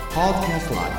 Podcast Live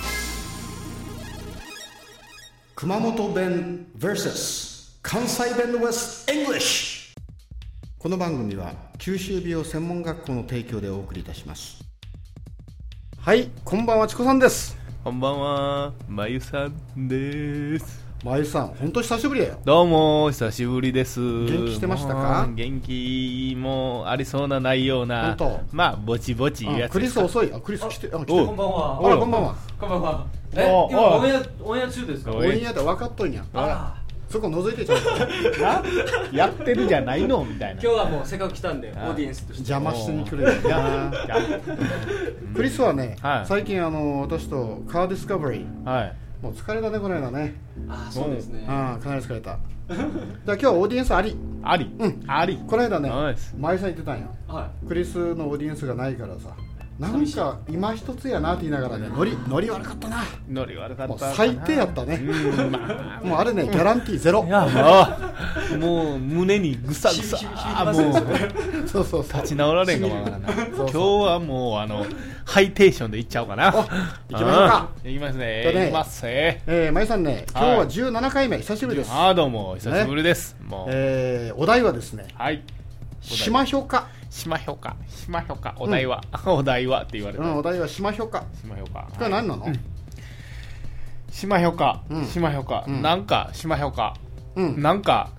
熊本弁 vs 関西弁 West English。 この番組は九州美容専門学校の提供でお送りいたします。はい、こんばんは、チコさんです。 こんばんは、まゆさんです。 まゆさん、ほんと久しぶりだよ。 どうも久しぶりです。 元気してましたか？ 元気もありそうなないような、まあぼちぼちいうやつ。 クリス遅い。クリス来て、 こんばんは。 あら、こんばんは。 こんばんは。今オンエア中ですか？ オンエアで分かっとんや。そこ覗いてちゃうやってるじゃないのみたいな。 今日はもうせっかく来たんでオーディエンスとして邪魔してに来るよな。クリスはね、最近私とカーディスカバリー、もう疲れたねこの間ね。 そうですね。 かなり疲れた。今日はオーディエンスあり。 あり。 この間ね、前さん言ってたんよ。クリスのオーディエンスがないからさ。なんか今一つやなって言いながらね、ノリ悪かったな。 ノリ悪かった。 もう最低やったね。もうあれね、ギャランティーゼロ。 もう胸にぐさぐさ。もうそう立ち直られんかもわからない。今日はもうハイテンションでいっちゃおうかな。 行きましょうか。 行きますね。行きますね。 まゆさんね、今日は17回目、久しぶりです。 どうも久しぶりです。 お題はですね、島評価。 島評価。お題はって言われた。 お題は島評価。これ何なの？ 島評価。なんか島評価。なんか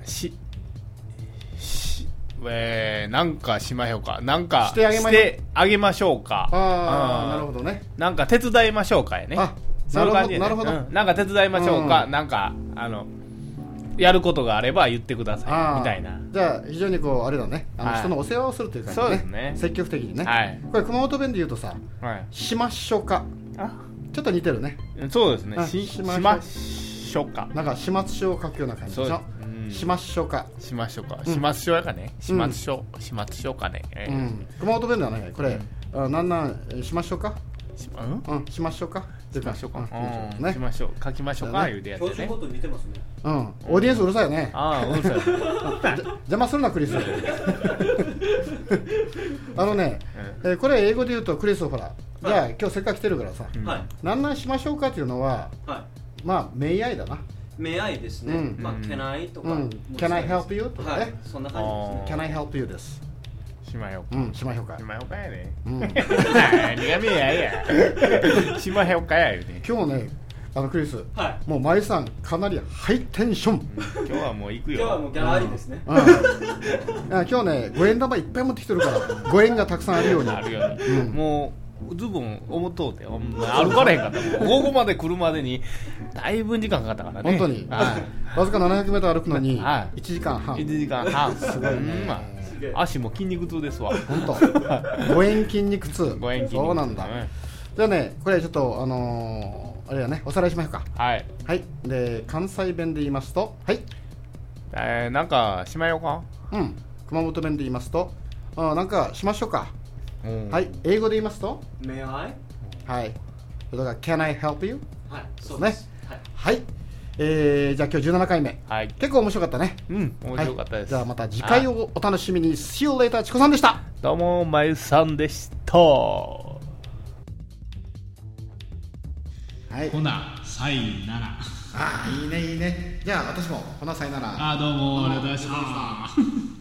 なんか島評価。なんかしてあげましょうか。 なるほどね。 なんか手伝いましょうかやね。 なるほど。 なんか手伝いましょうか。なんかやることがあれば言ってくださいみたいな。 じゃあ非常にこうあれだね、人のお世話をするという感じね。そうですね。積極的にね。これ熊本弁で言うとさ、しましょか。ちょっと似てるね。 そうですね。しましょか。 なんか始末書を書くような感じでしょ。しましょか。 しましょやかね。始末書かね。 熊本弁ではないこれ。なんしましょうか。しましょうか。 しましょうか。しましょう。書きましょうか。いうでやつね。 標準語と似てますね。 オーディエンスうるさいよね。 うるさい。 邪魔するなクリス。これ英語で言うとクリスほら。じゃあ今日せっかく来てるからさ。なんしましょうかっていうのは、まあMay Iだな。 May Iですね。まあ Can I とか。 Can I help you とかね。 そんな感じですね。 Can I help you です。 島評価やね。何がめや島評価やよね。 今日ね、クリス、もうまゆさんかなりハイテンション。 今日はもう行くよ。 今日はもうギャラありですね。 今日ね、5円玉いっぱい持ってきてるから、5円がたくさんあるように。 もうズボン思っとうて歩かれへんかった。ここまで来るまでにだいぶ時間かかったからね。 本当に。わずか700メートル歩くのに1時間半。 すごいね。足も筋肉痛ですわ。 本当。5円筋肉痛。そうなんだ。じゃあね、これちょっとあれやね、おさらいしましょうか。はい。で関西弁で言いますと、 なんかしまようか。 熊本弁で言いますと、なんかしましょうか。英語で言いますと May I？ それから Can I help you？ そうです。 じゃあ今日17回目。結構面白かったね。 面白かったです。 じゃあまた次回をお楽しみに。See you later。チコさんでした。 どうもまゆさんでした。ほなさいなら。 いいね。じゃあ私もほなさいなら。 どうもありがとうございました。